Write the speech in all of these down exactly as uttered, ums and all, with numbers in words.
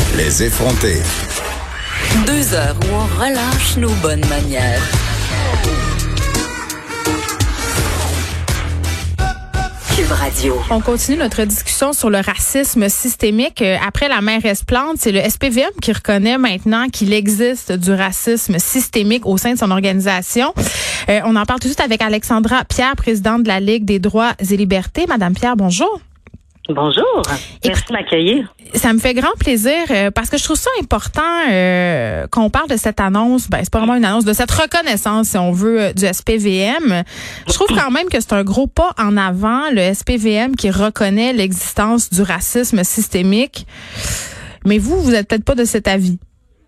Les effronter. Deux heures où on relâche nos bonnes manières. Cube Radio. On continue notre discussion sur le racisme systémique. Après la mairesse Plante, c'est le S P V M qui reconnaît maintenant qu'il existe du racisme systémique au sein de son organisation. Euh, on en parle tout de suite avec Alexandra Pierre, présidente de la Ligue des droits et libertés. Madame Pierre, bonjour. Bonjour. Merci de m'accueillir. Ça me fait grand plaisir euh, parce que je trouve ça important euh, qu'on parle de cette annonce. Ben, c'est pas vraiment une annonce, de cette reconnaissance, si on veut, euh, du S P V M. Je trouve quand même que c'est un gros pas en avant, le S P V M qui reconnaît l'existence du racisme systémique. Mais vous, vous êtes peut-être pas de cet avis.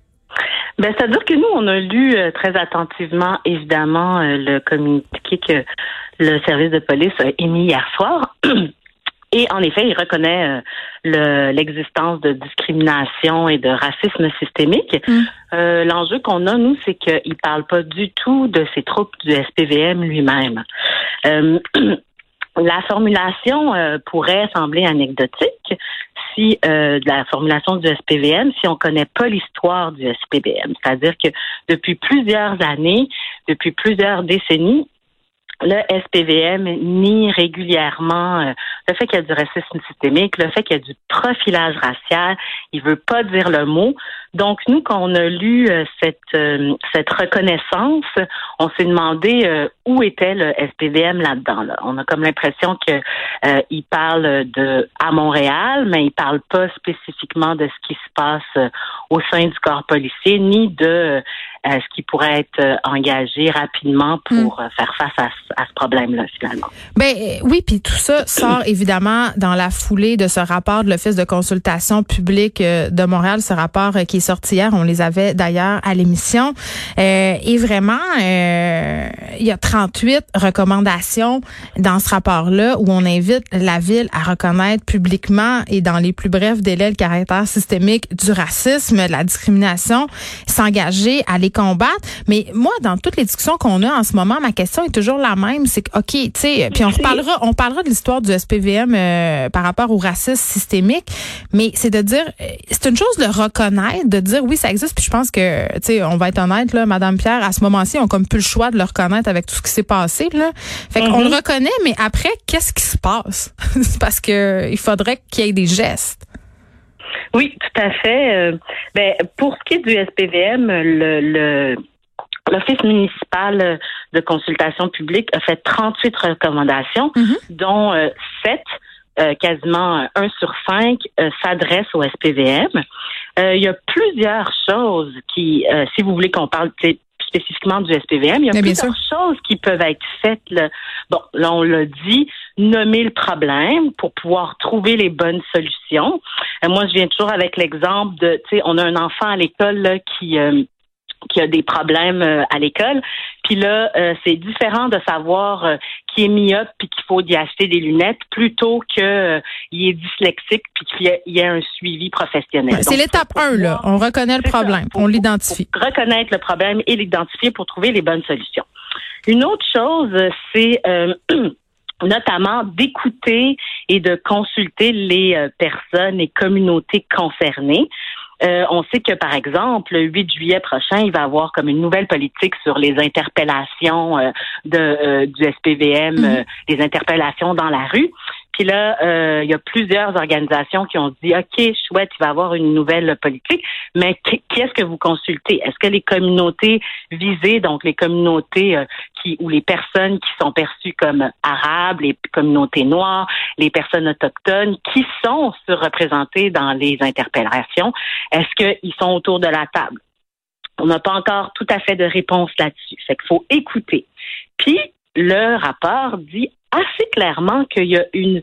Ben, c'est-à-dire que nous, on a lu euh, très attentivement, évidemment, euh, le communiqué que le service de police a émis hier soir. Et en effet, il reconnaît euh, le, l'existence de discrimination et de racisme systémique. Mm. Euh, l'enjeu qu'on a, nous, c'est qu'il ne parle pas du tout de ces troupes du S P V M lui-même. Euh, la formulation euh, pourrait sembler anecdotique si euh, de la formulation du S P V M, si on connaît pas l'histoire du S P V M. C'est-à-dire que depuis plusieurs années, depuis plusieurs décennies, le S P V M nie régulièrement euh, le fait qu'il y a du racisme systémique, le fait qu'il y a du profilage racial. Il veut pas dire le mot. Donc, nous, quand on a lu euh, cette euh, cette reconnaissance, on s'est demandé euh, où était le S P V M là-dedans. Là. On a comme l'impression que euh, il parle de à Montréal, mais il parle pas spécifiquement de ce qui se passe euh, au sein du corps policier, ni de euh, ce qui pourrait être euh, engagé rapidement pour mm. euh, faire face à, à ce problème-là, finalement. Ben oui, puis tout ça sort évidemment dans la foulée de ce rapport de l'Office de consultation publique euh, de Montréal, ce rapport euh, qui est sorti hier. On les avait d'ailleurs à l'émission. Euh, et vraiment, euh, il y a trente-huit recommandations dans ce rapport-là où on invite la Ville à reconnaître publiquement et dans les plus brefs délais le caractère systémique du racisme, de la discrimination, s'engager à les combattre. Mais moi, dans toutes les discussions qu'on a en ce moment, ma question est toujours la même. C'est que, OK, tu sais, puis on reparlera, on parlera de l'histoire du S P V M euh, par rapport au racisme systémique, mais c'est de dire, c'est une chose de reconnaître, de dire oui, ça existe, puis je pense que, tu sais, on va être honnête, là, Madame Pierre, à ce moment-ci, on a comme plus le choix de le reconnaître avec tout ce qui s'est passé, là. Fait qu'on mm-hmm. le reconnaît, mais après, qu'est-ce qui se passe? C'est parce que il faudrait qu'il y ait des gestes. Oui, tout à fait. Euh, ben, pour ce qui est du S P V M, le, le l'Office municipal de consultation publique a fait trente-huit recommandations, mm-hmm. dont euh, sept, euh, quasiment un sur cinq, euh, s'adressent au S P V M. Euh, il y a plusieurs choses qui, euh, si vous voulez qu'on parle spécifiquement du S P V M, il y a Mais plusieurs choses qui peuvent être faites. Là. Bon, là, on l'a dit, nommer le problème pour pouvoir trouver les bonnes solutions. Euh, moi, je viens toujours avec l'exemple de, tu sais, on a un enfant à l'école là, qui... Euh, qui a des problèmes euh, à l'école. Puis là, euh, c'est différent de savoir euh, qui est myope puis qu'il faut y acheter des lunettes plutôt que euh, il est dyslexique puis qu'il y a, il y a un suivi professionnel. Ouais, c'est Donc, l'étape un, là. On reconnaît le problème. Ça, faut, on l'identifie. Faut reconnaître le problème et l'identifier pour trouver les bonnes solutions. Une autre chose, c'est... Euh, notamment d'écouter et de consulter les euh, personnes et communautés concernées. Euh, on sait que, par exemple, le huit juillet prochain, il va y avoir comme une nouvelle politique sur les interpellations euh, de euh, du S P V M, euh, les interpellations dans la rue. Puis là, euh, il y a plusieurs organisations qui ont dit, OK, chouette, il va y avoir une nouvelle politique, mais qui est-ce que vous consultez? Est-ce que les communautés visées, donc les communautés euh, qui ou les personnes qui sont perçues comme arabes, les communautés noires, les personnes autochtones, qui sont surreprésentées dans les interpellations, est-ce qu'ils sont autour de la table? On n'a pas encore tout à fait de réponse là-dessus. Fait qu'il faut écouter. Puis, le rapport dit assez clairement qu'il y a une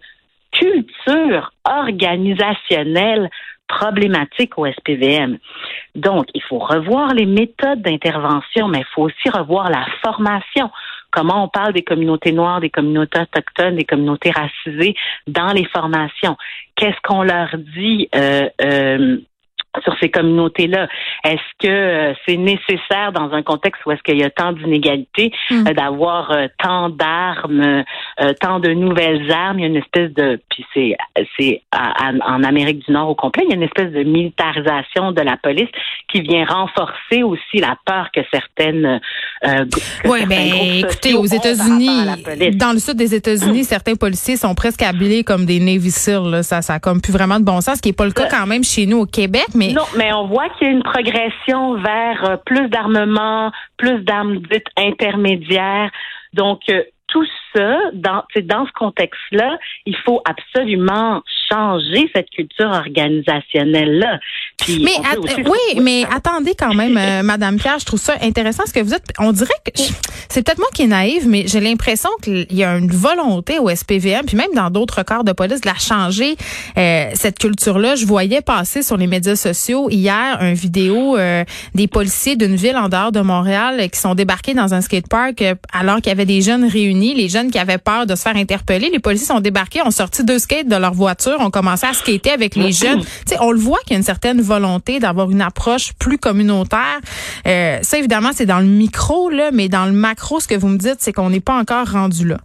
culture organisationnelle problématique au S P V M. Donc, il faut revoir les méthodes d'intervention, mais il faut aussi revoir la formation. Comment on parle des communautés noires, des communautés autochtones, des communautés racisées dans les formations. Qu'est-ce qu'on leur dit euh, euh, sur ces communautés-là. Est-ce que euh, c'est nécessaire dans un contexte où est-ce qu'il y a tant d'inégalités mmh. euh, d'avoir euh, tant d'armes, euh, tant de nouvelles armes? Il y a une espèce de, puis c'est c'est à, à, en Amérique du Nord au complet, il y a une espèce de militarisation de la police qui vient renforcer aussi la peur que certaines euh, que oui, ben écoutez, aux États-Unis, dans le sud des États-Unis, mmh. certains policiers sont presque habillés comme des Navy Seals. Là. Ça, ça a comme plus vraiment de bon sens, ce qui n'est pas le cas quand même chez nous au Québec. Mais... Non, mais on voit qu'il y a une progression vers euh, plus d'armement, plus d'armes dites intermédiaires. Donc, euh, tout ça, dans, dans ce contexte-là, il faut absolument changer cette culture organisationnelle-là. Puis mais at- aussi... oui, mais attendez quand même, euh, Madame Pierre, je trouve ça intéressant ce que vous dites. On dirait que je, c'est peut-être moi qui est naïve, mais j'ai l'impression qu'il y a une volonté au S P V M, puis même dans d'autres corps de police, de la changer, euh, cette culture-là. Je voyais passer sur les médias sociaux hier une vidéo euh, des policiers d'une ville en dehors de Montréal euh, qui sont débarqués dans un skatepark euh, alors qu'il y avait des jeunes réunis. Les jeunes qui avaient peur de se faire interpeller, les policiers sont débarqués, ont sorti deux skates de leur voiture, ont commencé à skater avec les jeunes. Tu sais, on le voit qu'il y a une certaine volonté d'avoir une approche plus communautaire. Euh, ça, évidemment, c'est dans le micro, là, mais dans le macro, ce que vous me dites, c'est qu'on n'est pas encore rendu là.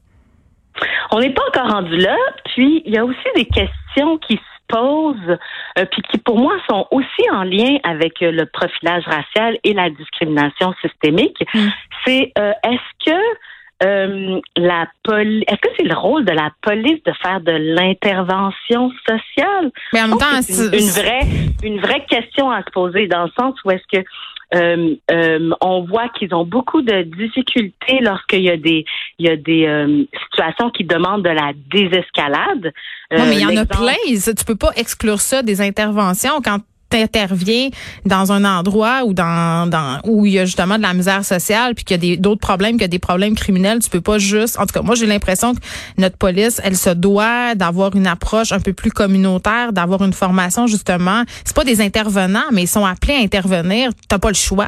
On n'est pas encore rendu là. Puis, il y a aussi des questions qui se posent, euh, puis qui, pour moi, sont aussi en lien avec euh, le profilage racial et la discrimination systémique. Mm. C'est, euh, est-ce que Euh, la poli- est-ce que c'est le rôle de la police de faire de l'intervention sociale? Mais en même temps, c'est une, une vraie, une vraie question à se poser dans le sens où est-ce que euh, euh, on voit qu'ils ont beaucoup de difficultés lorsqu'il y a des, il y a des euh, situations qui demandent de la désescalade. Euh, non, mais il y en a plein. Tu peux pas exclure ça des interventions quand intervient dans un endroit où dans dans où il y a justement de la misère sociale puis qu'il y a des d'autres problèmes que des problèmes criminels, tu peux pas juste, en tout cas moi j'ai l'impression que notre police elle se doit d'avoir une approche un peu plus communautaire, d'avoir une formation justement, c'est pas des intervenants mais ils sont appelés à intervenir, t'as pas le choix.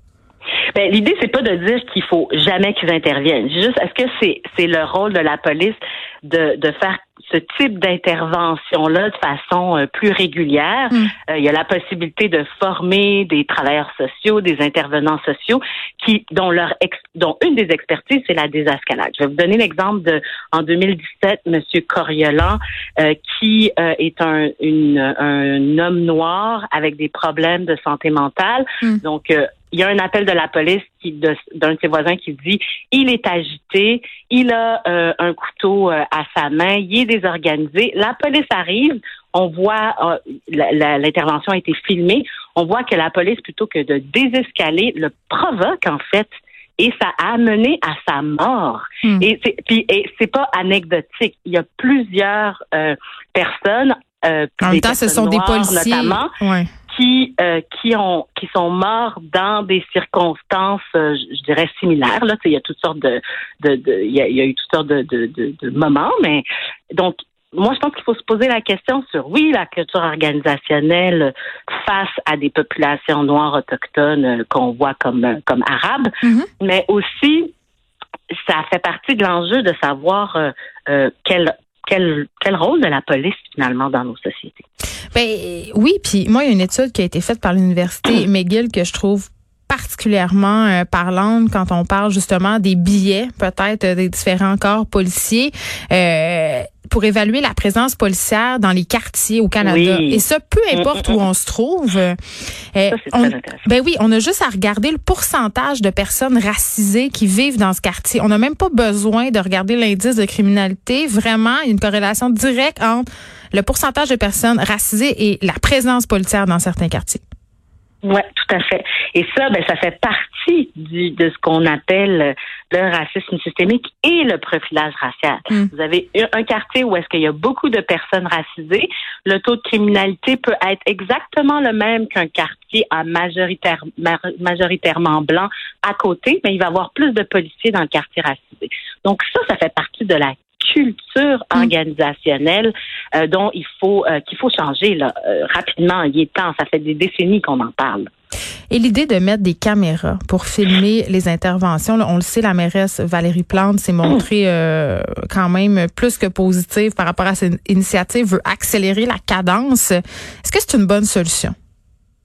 Ben, l'idée, c'est pas de dire qu'il faut jamais qu'ils interviennent. Juste, est-ce que c'est c'est le rôle de la police de, de faire ce type d'intervention-là de façon euh, plus régulière? Mm. Euh, il y a la possibilité de former des travailleurs sociaux, des intervenants sociaux, qui dont leur ex, dont une des expertises, c'est la désescalade. Je vais vous donner l'exemple de, en deux mille dix-sept, Monsieur Coriolan, euh, qui euh, est un, une, un homme noir avec des problèmes de santé mentale. Mm. Donc, euh, il y a un appel de la police qui, de, d'un de ses voisins qui dit il est agité, il a euh, un couteau euh, à sa main, il est désorganisé. La police arrive, on voit euh, la, la, l'intervention a été filmée, on voit que la police, plutôt que de désescaler, le provoque en fait. Et ça a mené à sa mort. Hmm. Et c'est puis et c'est pas anecdotique. Il y a plusieurs euh, personnes. Euh, en même temps, ce sont noires, des policiers, notamment, ouais. qui euh, qui ont qui sont morts dans des circonstances, euh, je, je dirais similaires. Là, il y a toutes sortes de de de il y a, y a eu toutes sortes de, de de de moments, mais donc. Moi, je pense qu'il faut se poser la question sur, oui, la culture organisationnelle face à des populations noires autochtones euh, qu'on voit comme euh, comme arabes, mm-hmm. mais aussi, ça fait partie de l'enjeu de savoir euh, euh, quel quel quel rôle de la police finalement dans nos sociétés. Ben oui, puis moi, il y a une étude qui a été faite par l'université McGill que je trouve particulièrement euh, parlante quand on parle justement des billets, peut-être euh, des différents corps policiers, euh, pour évaluer la présence policière dans les quartiers au Canada. Oui. Et ça, peu importe où on se trouve. Euh, ça, c'est on, très intéressant. Ben oui, on a juste à regarder le pourcentage de personnes racisées qui vivent dans ce quartier. On n'a même pas besoin de regarder l'indice de criminalité. Vraiment, il y a une corrélation directe entre le pourcentage de personnes racisées et la présence policière dans certains quartiers. Oui, tout à fait. Et ça, ben, ça fait partie du, de ce qu'on appelle le racisme systémique et le profilage racial. Mm. Vous avez un quartier où est-ce qu'il y a beaucoup de personnes racisées. Le taux de criminalité peut être exactement le même qu'un quartier à majoritaire, majoritairement blanc à côté, mais il va y avoir plus de policiers dans le quartier racisé. Donc ça, ça fait partie de la culture organisationnelle euh, dont il faut euh, qu'il faut changer là euh, rapidement. Il est temps, ça fait des décennies qu'on en parle. Et l'idée de mettre des caméras pour filmer les interventions, là, on le sait, la mairesse Valérie Plante s'est montrée euh, quand même plus que positive par rapport à cette initiative, veut accélérer la cadence. Est-ce que c'est une bonne solution?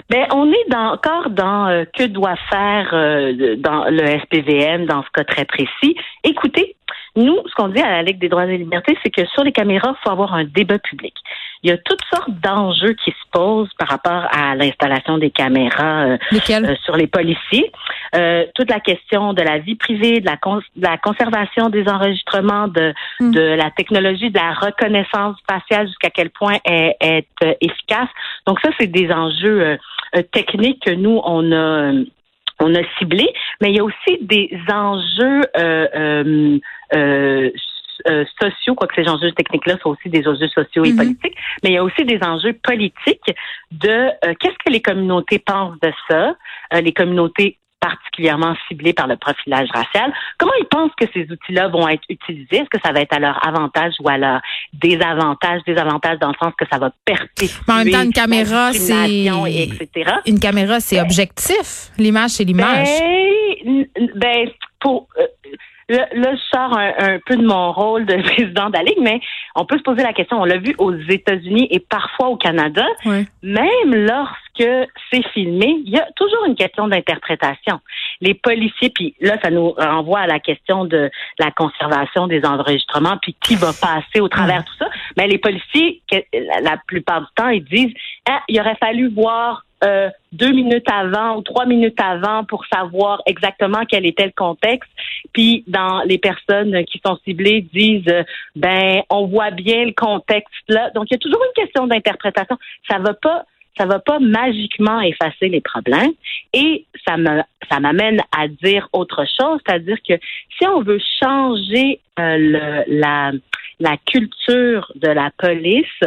Ben, on est dans, encore dans euh, que doit faire euh, dans le S P V M dans ce cas très précis. Écoutez, nous, ce qu'on dit à la Ligue des droits et libertés, c'est que sur les caméras, il faut avoir un débat public. Il y a toutes sortes d'enjeux qui se posent par rapport à l'installation des caméras euh, euh, sur les policiers. Euh, toute la question de la vie privée, de la, cons- de la conservation des enregistrements, de, mm. de la technologie, de la reconnaissance faciale, jusqu'à quel point elle est euh, efficace. Donc ça, c'est des enjeux euh, euh, techniques que nous, on a... Euh, on a ciblé, mais il y a aussi des enjeux euh, euh, euh, euh, sociaux, quoique ces enjeux techniques-là sont aussi des enjeux sociaux et mm-hmm. politiques, mais il y a aussi des enjeux politiques de euh, qu'est-ce que les communautés pensent de ça, euh, les communautés particulièrement ciblés par le profilage racial. Comment ils pensent que ces outils-là vont être utilisés? Est-ce que ça va être à leur avantage ou à leur désavantage? Désavantage dans le sens que ça va perpétuer mais en même temps, une caméra, c'est... et cetera. Une caméra, c'est ben, objectif. L'image, c'est l'image. Ben, ben pour... Euh, Là, là, je sors un, un peu de mon rôle de président de la Ligue, mais on peut se poser la question. On l'a vu aux États-Unis et parfois au Canada. Oui. Même lorsque c'est filmé, il y a toujours une question d'interprétation. Les policiers, puis là, ça nous renvoie à la question de la conservation des enregistrements, puis qui va passer au travers de tout ça. Mais les policiers, la plupart du temps, ils disent ah, il aurait fallu voir Euh, deux minutes avant ou trois minutes avant pour savoir exactement quel était le contexte. Puis dans les personnes qui sont ciblées disent euh, ben on voit bien le contexte là. Donc il y a toujours une question d'interprétation. Ça va pas ça va pas magiquement effacer les problèmes. Et ça me ça m'amène à dire autre chose, c'est-à-dire que si on veut changer euh, le, la la culture de la police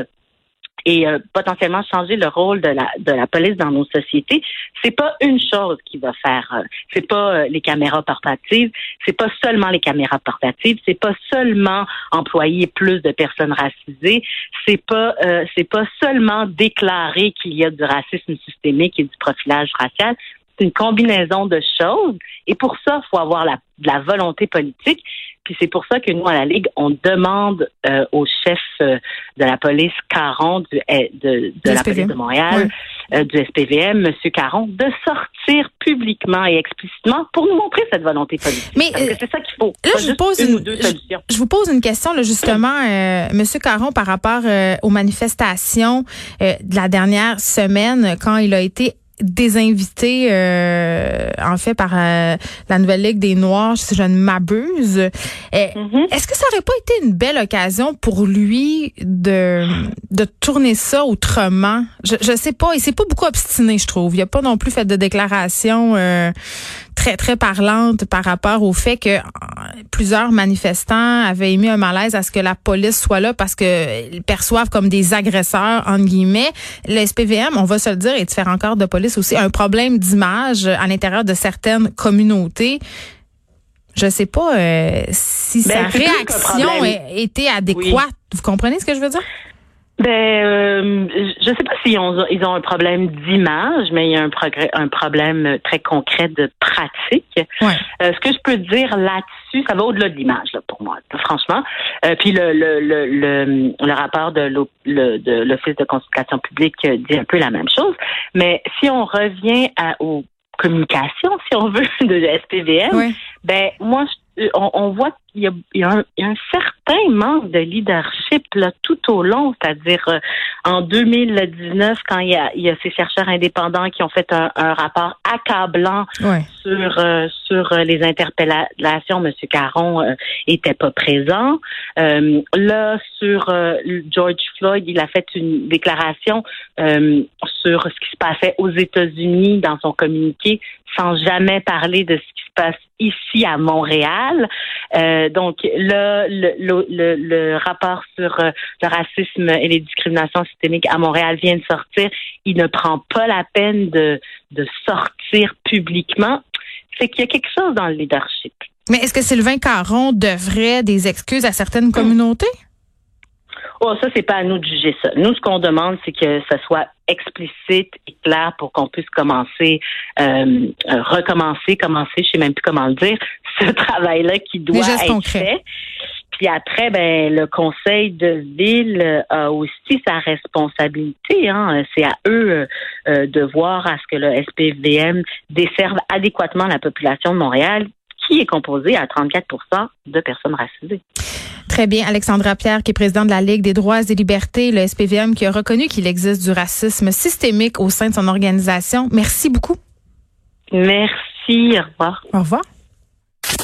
et euh, potentiellement changer le rôle de la de la police dans nos sociétés, c'est pas une chose qui va faire euh, c'est pas euh, les caméras portatives, c'est pas seulement les caméras portatives, c'est pas seulement employer plus de personnes racisées, c'est pas euh, c'est pas seulement déclarer qu'il y a du racisme systémique et du profilage racial. C'est une combinaison de choses et pour ça, il faut avoir la, de la volonté politique. Puis c'est pour ça que nous, à la Ligue, on demande euh, au chef euh, de la police Caron, du, de, de la police de Montréal, oui. euh, du S P V M, M. Caron, de sortir publiquement et explicitement pour nous montrer cette volonté politique. Mais parce que c'est ça qu'il faut. Là, je vous pose une, une ou deux solutions. Je, je vous pose une question, là, justement, euh, M. Caron, par rapport euh, aux manifestations euh, de la dernière semaine, quand il a été désinvité, euh, en fait, par euh, la Nouvelle Ligue des Noirs, si je ne m'abuse. Euh, mm-hmm. Est-ce que ça aurait pas été une belle occasion pour lui de de tourner ça autrement? Je je sais pas. Il s'est pas beaucoup obstiné, je trouve. Il a pas non plus fait de déclaration euh, très, très parlante par rapport au fait que plusieurs manifestants avaient émis un malaise à ce que la police soit là parce qu'ils perçoivent comme des agresseurs, entre guillemets. Le S P V M, on va se le dire, et différents corps de police aussi, un problème d'image à l'intérieur de certaines communautés. Je sais pas euh, si ben, sa réaction était adéquate. Oui. Vous comprenez ce que je veux dire? Ben, euh, je sais pas s'ils ont ils ont un problème d'image, mais il y a un progrès, un problème très concret de pratique. Ouais. Euh, ce que je peux dire là-dessus, ça va au-delà de l'image, là, pour moi, franchement. Euh, puis le le, le le le rapport de, le, de l'Office de consultation publique dit un peu la même chose. Mais si on revient à, aux communications, si on veut, de S P V M, ouais. ben moi je On, on voit qu'il y a, il y a, un, il y a un certain manque de leadership là, tout au long, c'est-à-dire euh, en deux mille dix-neuf, quand il y a, il y a ces chercheurs indépendants qui ont fait un, un rapport accablant ouais. sur euh, sur les interpellations, M. Caron euh, était pas présent. Euh, là, sur euh, George Floyd, il a fait une déclaration euh, sur ce qui se passait aux États-Unis dans son communiqué, sans jamais parler de ce qui se passe ici à Montréal. Euh, donc là, le, le, le, le rapport sur euh, le racisme et les discriminations systémiques à Montréal vient de sortir. Il ne prend pas la peine de, de sortir publiquement. C'est qu'il y a quelque chose dans le leadership. Mais est-ce que Sylvain Caron devrait des excuses à certaines communautés? Oh, ça, c'est pas à nous de juger ça. Nous, ce qu'on demande, c'est que ça soit explicite et clair pour qu'on puisse commencer, euh, recommencer, commencer, je sais même plus comment le dire, ce travail-là qui doit être concrets. fait. Puis après, ben le conseil de ville a aussi sa responsabilité. Hein. C'est à eux euh, de voir à ce que le S P V M desserve adéquatement la population de Montréal, qui est composée à trente-quatre pour cent de personnes racisées. Très bien. Alexandra Pierre, qui est présidente de la Ligue des droits et libertés, le S P V M, qui a reconnu qu'il existe du racisme systémique au sein de son organisation. Merci beaucoup. Merci. Au revoir. Au revoir.